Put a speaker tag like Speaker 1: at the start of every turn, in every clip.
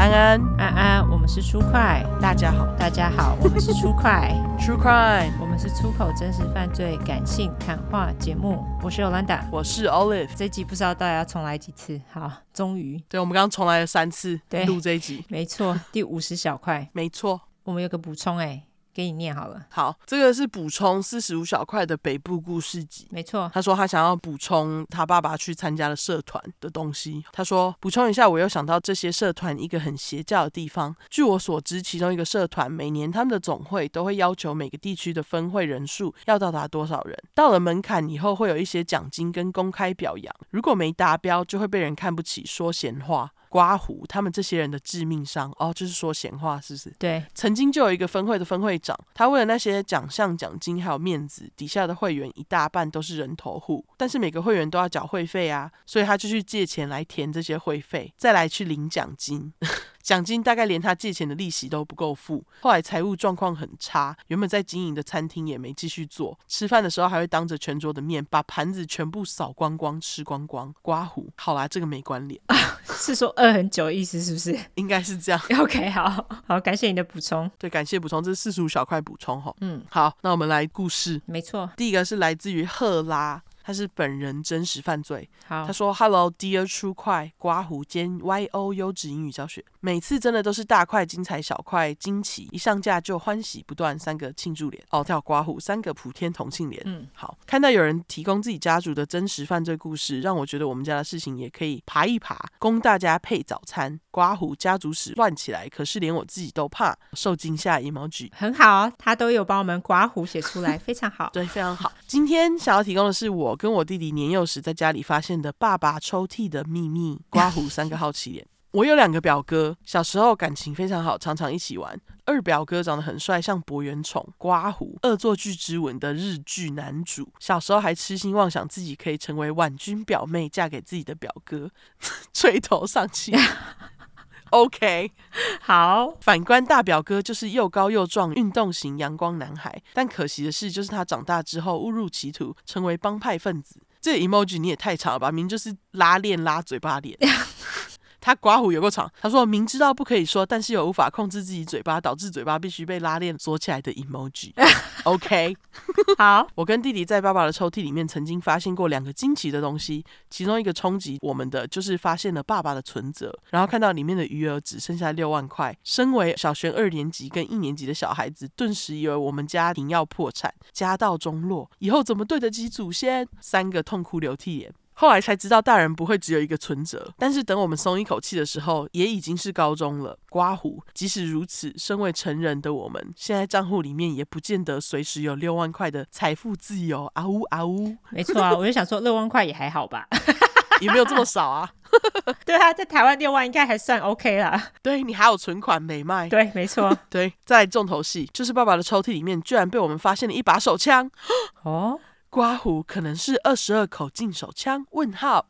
Speaker 1: 安安，
Speaker 2: 安安，我们是出快。
Speaker 1: 大家好，
Speaker 2: 大家好，我们是出快
Speaker 1: True Crime，
Speaker 2: 我们是出口真实犯罪感性谈话节目。我是 Yolanda，
Speaker 1: 我是 Olive。
Speaker 2: 这一集不知道大家要重来几次？好，终于，
Speaker 1: 对，我们刚刚重来了3次录这一集，
Speaker 2: 没错，第50小块。
Speaker 1: 没错，
Speaker 2: 我们有个补充给你念好了。
Speaker 1: 好，这个是补充45小块的北部故事集。
Speaker 2: 没错，
Speaker 1: 他说他想要补充他爸爸去参加了社团的东西。他说补充一下，我又想到这些社团一个很邪教的地方。据我所知，其中一个社团每年他们的总会都会要求每个地区的分会人数要到达多少人，到了门槛以后会有一些奖金跟公开表扬，如果没达标就会被人看不起，说闲话。刮胡他们这些人的致命伤就是说闲话，是不是？
Speaker 2: 对，
Speaker 1: 曾经就有一个分会的分会长，他为了那些奖项、奖金还有面子，底下的会员一大半都是人头户，但是每个会员都要缴会费啊，所以他就去借钱来填这些会费，再来去领奖金。奖金大概连他借钱的利息都不够付，后来财务状况很差，原本在经营的餐厅也没继续做，吃饭的时候还会当着全桌的面把盘子全部扫光光吃光光。刮胡，好啦，这个没关联。
Speaker 2: 是说饿很久的意思是不是？
Speaker 1: 应该是这样。
Speaker 2: OK， 好，感谢你的补充。
Speaker 1: 对，感谢补充，这是45小块补充齁。好，那我们来故事。
Speaker 2: 没错，
Speaker 1: 第一个是来自于赫拉，他是本人真实犯罪。
Speaker 2: 好，
Speaker 1: 他说 Hello Dear True 快刮胡兼 YO 优质英语教学，每次真的都是大块精彩小块惊奇，一上架就欢喜不断，3个庆祝脸跳刮胡，3个普天同庆脸。好，看到有人提供自己家族的真实犯罪故事，让我觉得我们家的事情也可以爬一爬，供大家配早餐。刮胡家族史乱起来，可是连我自己都怕，受惊吓 emoji。
Speaker 2: 很好，他都有帮我们刮胡写出来，非常好。
Speaker 1: 对，非常好。今天想要提供的是我跟我弟弟年幼时在家里发现的爸爸抽屉的秘密。刮胡3个好奇脸。我有2个表哥，小时候感情非常好，常常一起玩。二表哥长得很帅，像博元宠。刮胡恶作剧之吻的日剧男主，小时候还痴心妄想自己可以成为婉君表妹，嫁给自己的表哥，垂头丧气。OK，
Speaker 2: 好。
Speaker 1: 反观大表哥就是又高又壮，运动型阳光男孩，但可惜的是，就是他长大之后误入歧途，成为帮派分子。这个 emoji 你也太长了吧，明明就是拉链拉嘴巴脸。他刮胡有够长，他说明知道不可以说，但是又无法控制自己嘴巴，导致嘴巴必须被拉链锁起来的 emoji。 OK，
Speaker 2: 好，
Speaker 1: 我跟弟弟在爸爸的抽屉里面曾经发现过2个惊奇的东西，其中一个冲击我们的就是发现了爸爸的存折，然后看到里面的余额只剩下6万块。身为小学2年级跟1年级的小孩子，顿时以为我们家庭要破产，家道中落，以后怎么对得起祖先？3个痛哭流涕脸。后来才知道大人不会只有一个存折，但是等我们松一口气的时候，也已经是高中了。刮胡，即使如此，身为成人的我们，现在账户里面也不见得随时有6万块的财富自由。啊呜啊呜，
Speaker 2: 没错啊，我就想说6万块也还好吧。
Speaker 1: 也没有这么少啊。
Speaker 2: 对啊，在台湾6万应该还算 OK 啦。
Speaker 1: 对，你还有存款没卖。
Speaker 2: 对，没错。
Speaker 1: 对，再来重头戏，就是爸爸的抽屉里面居然被我们发现了一把手枪。刮胡可能是22口径手枪？问号。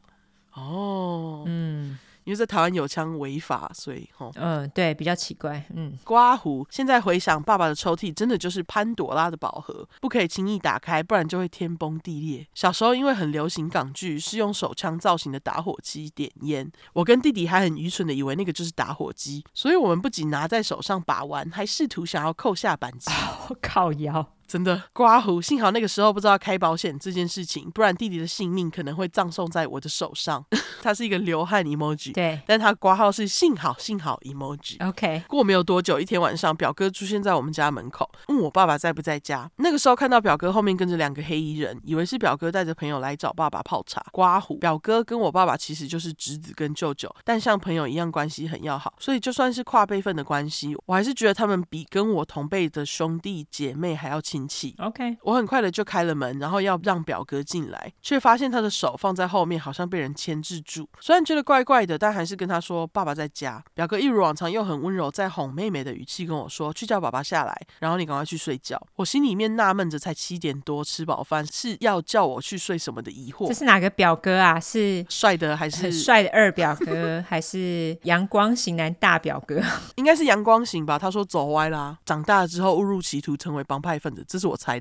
Speaker 1: 因为在台湾有枪违法，所以
Speaker 2: 对，比较奇怪。
Speaker 1: 刮胡现在回想，爸爸的抽屉真的就是潘朵拉的宝盒，不可以轻易打开，不然就会天崩地裂。小时候因为很流行港剧，是用手枪造型的打火机点烟，我跟弟弟还很愚蠢的以为那个就是打火机，所以我们不仅拿在手上把玩，还试图想要扣下扳机。
Speaker 2: 靠腰。
Speaker 1: 真的刮胡，幸好那个时候不知道开保险这件事情，不然弟弟的性命可能会葬送在我的手上。他是一个流汗 emoji，
Speaker 2: 对，
Speaker 1: 但他挂号是幸好 emoji。
Speaker 2: OK，
Speaker 1: 过没有多久，一天晚上，表哥出现在我们家门口，问我爸爸在不在家。那个时候看到表哥后面跟着2个黑衣人，以为是表哥带着朋友来找爸爸泡茶。刮胡，表哥跟我爸爸其实就是侄子跟舅舅，但像朋友一样关系很要好，所以就算是跨辈分的关系，我还是觉得他们比跟我同辈的兄弟姐妹还要亲气。
Speaker 2: OK，
Speaker 1: 我很快的就开了门，然后要让表哥进来，却发现他的手放在后面，好像被人牵制住。虽然觉得怪怪的，但还是跟他说爸爸在家。表哥一如往常用很温柔在哄妹妹的语气跟我说，去叫爸爸下来，然后你赶快去睡觉。我心里面纳闷着，才7点多吃饱饭，是要叫我去睡什么的疑惑。
Speaker 2: 这是哪个表哥啊？是
Speaker 1: 帅的还是
Speaker 2: 很帅的2表哥还是阳光型男大表哥？
Speaker 1: 应该是阳光型吧。他说走歪啦，长大了之后误入歧途，成为帮派分子，这是我猜的啊。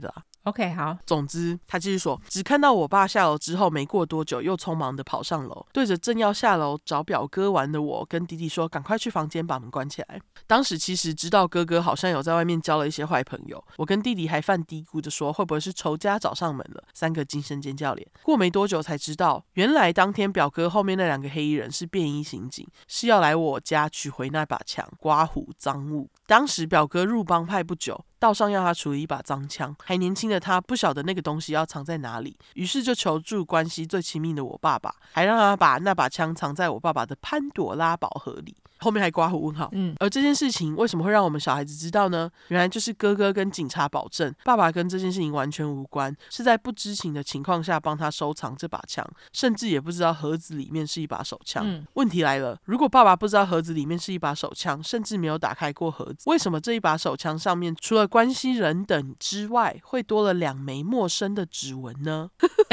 Speaker 2: OK， 好。
Speaker 1: 总之他继续说，只看到我爸下楼之后没过多久又匆忙的跑上楼，对着正要下楼找表哥玩的我跟弟弟说，赶快去房间把门关起来。当时其实知道哥哥好像有在外面交了一些坏朋友，我跟弟弟还犯嘀咕的说会不会是仇家找上门了，三个惊声尖叫脸。过没多久才知道，原来当天表哥后面那2个黑衣人是便衣刑警，是要来我家取回那把枪，刮胡赃物。当时表哥入帮派不久，道上要他处理一把脏枪，还年轻的他不晓得那个东西要藏在哪里，于是就求助关系最亲密的我爸爸，还让他把那把枪藏在我爸爸的潘朵拉宝盒里。后面还刮胡问号。而这件事情为什么会让我们小孩子知道呢？原来就是哥哥跟警察保证，爸爸跟这件事情完全无关，是在不知情的情况下帮他收藏这把枪，甚至也不知道盒子里面是一把手枪。问题来了，如果爸爸不知道盒子里面是一把手枪，甚至没有打开过盒子，为什么这一把手枪上面除了关系人等之外，会多了2枚陌生的指纹呢？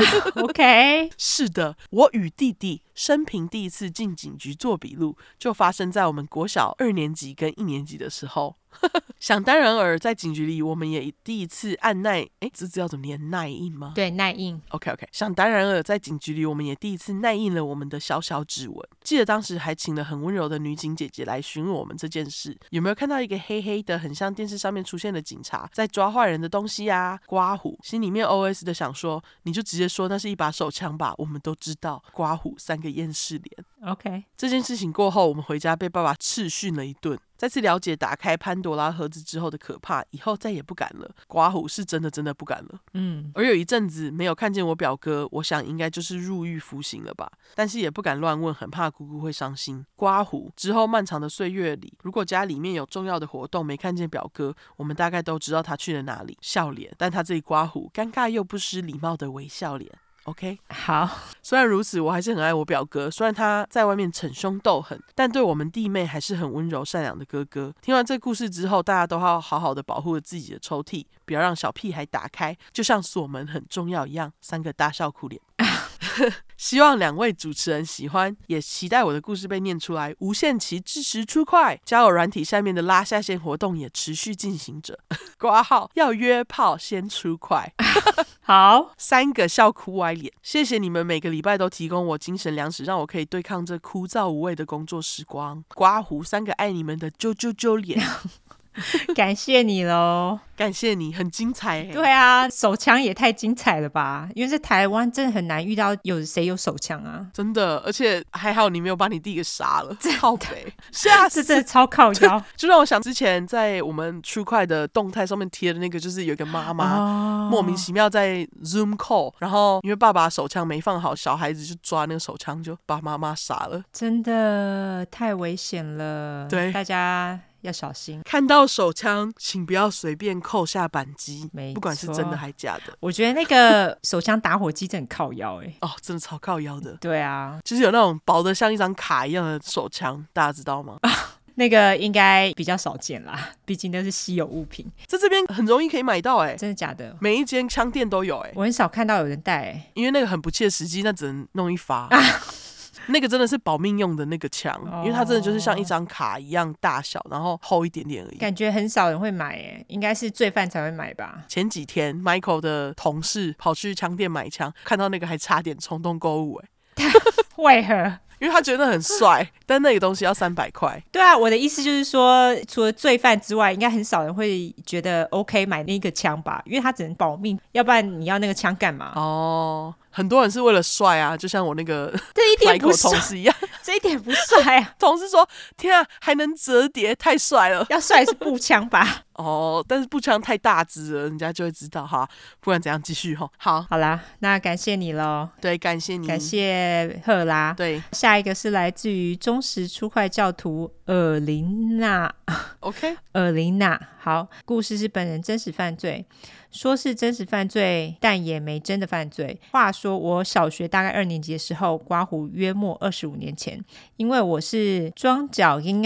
Speaker 2: OK，
Speaker 1: 是的，我与弟弟生平第一次进警局做笔录，就发生在我们国小2年级跟1年级的时候。想当然尔，在警局里我们也第一次按耐，这字要怎么念？耐印吗？
Speaker 2: 对，耐印。
Speaker 1: OK， 想当然尔，在警局里我们也第一次耐印了我们的小小指纹。记得当时还请了很温柔的女警姐姐来询问我们这件事，有没有看到一个黑黑的很像电视上面出现的警察在抓坏人的东西啊？刮胡，心里面 OS 的想说，你就直接说那是一把手枪吧，我们都知道。刮胡3个厌世脸。
Speaker 2: OK，
Speaker 1: 这件事情过后，我们回家被爸爸斥训了一顿，再次了解打开潘朵拉盒子之后的可怕，以后再也不敢了。刮胡是真的不敢了。而有一阵子没有看见我表哥，我想应该就是入狱服刑了吧，但是也不敢乱问，很怕姑姑会伤心。刮胡之后漫长的岁月里，如果家里面有重要的活动没看见表哥，我们大概都知道他去了哪里。笑脸，但他这里刮胡尴尬又不失礼貌的微笑脸。OK，
Speaker 2: 好。
Speaker 1: 虽然如此，我还是很爱我表哥。虽然他在外面逞凶斗狠，但对我们弟妹还是很温柔善良的哥哥。听完这故事之后，大家都要好好的保护自己的抽屉，不要让小屁孩打开，就像锁门很重要一样。3个大笑哭脸。希望2位主持人喜欢，也期待我的故事被念出来。无限期支持出快，交友软体下面的拉下线活动也持续进行着。挂号要约炮先出快。
Speaker 2: 好
Speaker 1: ，3个笑哭歪脸。谢谢你们每个礼拜都提供我精神粮食，让我可以对抗这枯燥无味的工作时光。刮胡3个爱你们的啾啾啾脸。
Speaker 2: 感谢你咯。
Speaker 1: 感谢你，很精彩耶。
Speaker 2: 对啊，手枪也太精彩了吧，因为在台湾真的很难遇到有谁有手枪啊，
Speaker 1: 真的，而且还好你没有把你弟给杀了，靠北，吓死，
Speaker 2: 这真的超靠腰。
Speaker 1: 就让我想之前在我们True Crime的动态上面贴的那个，就是有一个妈妈莫名其妙在 Zoom call， 然后因为爸爸手枪没放好，小孩子就抓那个手枪就把妈妈杀了，
Speaker 2: 真的太危险了。
Speaker 1: 对，
Speaker 2: 大家要小心，
Speaker 1: 看到手枪请不要随便扣下扳机，不管是真的还假的。
Speaker 2: 我觉得那个手枪打火机真的很靠腰
Speaker 1: 真的超靠腰的。
Speaker 2: 对啊，
Speaker 1: 就是有那种薄的像一张卡一样的手枪，大家知道吗？
Speaker 2: 那个应该比较少见啦，毕竟那是稀有物品，
Speaker 1: 在这边很容易可以买到
Speaker 2: 真的假的？
Speaker 1: 每一间枪店都有
Speaker 2: 我很少看到有人带
Speaker 1: 因为那个很不切实际，那只能弄一发那个真的是保命用的那个枪，因为它真的就是像一张卡一样大小，然后厚一点点而已。
Speaker 2: 感觉很少人会买应该是罪犯才会买吧。
Speaker 1: 前几天 Michael 的同事跑去枪店买枪，看到那个还差点冲动购物
Speaker 2: 为何？
Speaker 1: 因为他觉得很帅，但那个东西要300块。
Speaker 2: 对啊，我的意思就是说，除了罪犯之外，应该很少人会觉得 OK 买那个枪吧，因为他只能保命，要不然你要那个枪干嘛？
Speaker 1: 很多人是为了帅啊，就像我那个
Speaker 2: 这一点不帅
Speaker 1: 同事一样，
Speaker 2: 这一点不帅啊！
Speaker 1: 同事说：“天啊，还能折叠，太帅了！”
Speaker 2: 要帅是步枪吧？
Speaker 1: 但是步枪太大只了，人家就会知道哈。不管怎样，继续哈。好
Speaker 2: 啦，那感谢你咯。
Speaker 1: 对，感谢你，
Speaker 2: 感谢赫拉。
Speaker 1: 对，
Speaker 2: 下一个是来自于忠实出快教徒尔琳娜。
Speaker 1: OK，
Speaker 2: 尔琳娜，好，故事是本人真实犯罪。说是真实犯罪，但也没真的犯罪。话说我小学大概2年级的时候，刮胡约莫25年前，因为我是庄脚音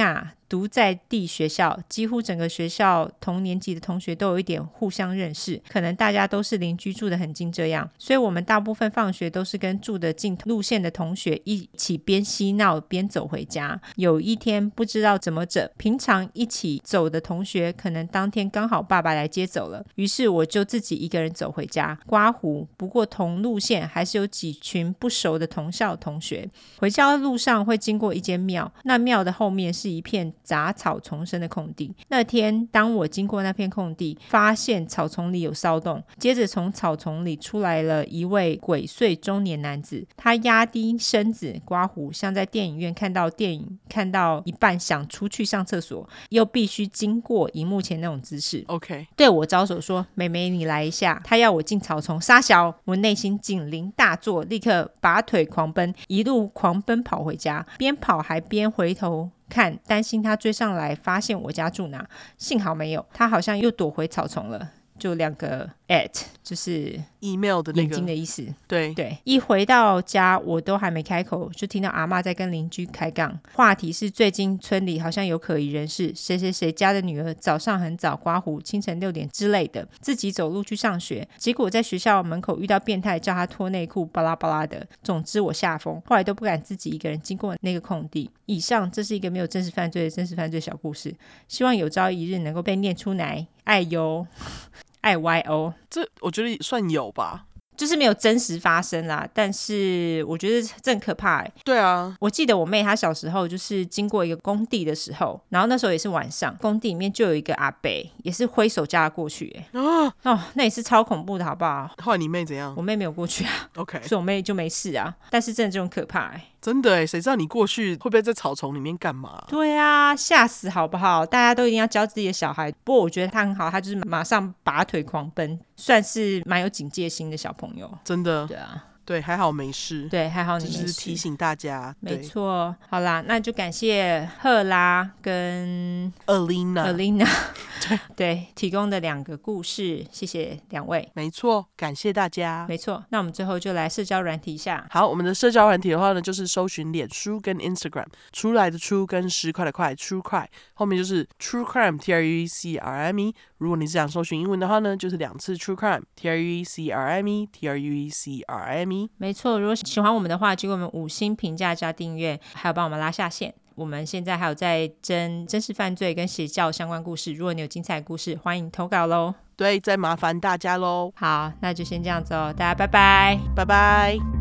Speaker 2: 读在地学校，几乎整个学校同年级的同学都有一点互相认识，可能大家都是邻居，住得很近这样，所以我们大部分放学都是跟住的近路线的同学一起边嬉闹边走回家。有一天不知道怎么整，平常一起走的同学可能当天刚好爸爸来接走了，于是我就自己一个人走回家。刮胡，不过同路线还是有几群不熟的同校同学。回家的路上会经过一间庙，那庙的后面是一片杂草丛生的空地。那天当我经过那片空地，发现草丛里有骚动，接着从草丛里出来了一位鬼祟中年男子，他压低身子，刮胡，像在电影院看到电影看到一半想出去上厕所，又必须经过荧幕前那种姿势。
Speaker 1: OK，
Speaker 2: 对我招手说，妹妹你来一下，他要我进草丛，撒小，我内心警铃大作，立刻拔腿狂奔，一路狂奔跑回家，边跑还边回头看，担心他追上来发现我家住哪。幸好没有，他好像又躲回草丛了，就2个 at， 就是
Speaker 1: email 的那
Speaker 2: 眼
Speaker 1: 个
Speaker 2: 睛的意思。
Speaker 1: 对，
Speaker 2: 一回到家我都还没开口，就听到阿嬷在跟邻居开杠，话题是最近村里好像有可疑人士，谁谁谁家的女儿早上很早刮胡，清晨6点之类的，自己走路去上学，结果在学校门口遇到变态叫她脱内裤，巴拉巴拉的。总之我吓疯，后来都不敢自己一个人经过那个空地。以上这是一个没有真实犯罪的真实犯罪小故事，希望有朝一日能够被念出来。爱哟爱 YO，
Speaker 1: 这我觉得算有吧。
Speaker 2: 就是没有真实发生啦，但是我觉得这很可怕欸。
Speaker 1: 对啊，
Speaker 2: 我记得我妹她小时候就是经过一个工地的时候，然后那时候也是晚上，工地里面就有一个阿伯也是挥手叫她过去欸。那也是超恐怖的好不好？
Speaker 1: 后来你妹怎样
Speaker 2: 我妹没有过去啊
Speaker 1: ？OK，
Speaker 2: 所以我妹就没事啊，但是真的就很可怕欸。
Speaker 1: 真的耶，谁知道你过去会不会在草丛里面干嘛？
Speaker 2: 对啊，吓死好不好？大家都一定要教自己的小孩。不过我觉得他很好，他就是马上拔腿狂奔，算是蛮有警戒心的小朋友。
Speaker 1: 真的，
Speaker 2: 对啊，
Speaker 1: 对，还好没事。
Speaker 2: 对，还好你没事。
Speaker 1: 就是提醒大家，
Speaker 2: 没错。好啦，那就感谢赫拉跟
Speaker 1: Alina
Speaker 2: 对提供的2个故事，谢谢2位。
Speaker 1: 没错，感谢大家。
Speaker 2: 没错，那我们最后就来社交软体一下。
Speaker 1: 好，我们的社交软体的话呢，就是搜寻脸书跟 Instagram， 出来的出跟10块的块 True Crime， 后面就是 True Crime TRUECRIME。如果你是想搜寻英文的话呢，就是2次 True Crime TRUECRIME TRUECRIME。
Speaker 2: 没错，如果喜欢我们的话，就给我们5星评价加订阅，还有帮我们拉下线。我们现在还有在真实犯罪跟邪教相关故事，如果你有精彩的故事，欢迎投稿咯。
Speaker 1: 对，再麻烦大家咯。
Speaker 2: 好，那就先这样子哦，大家拜拜，
Speaker 1: 拜拜。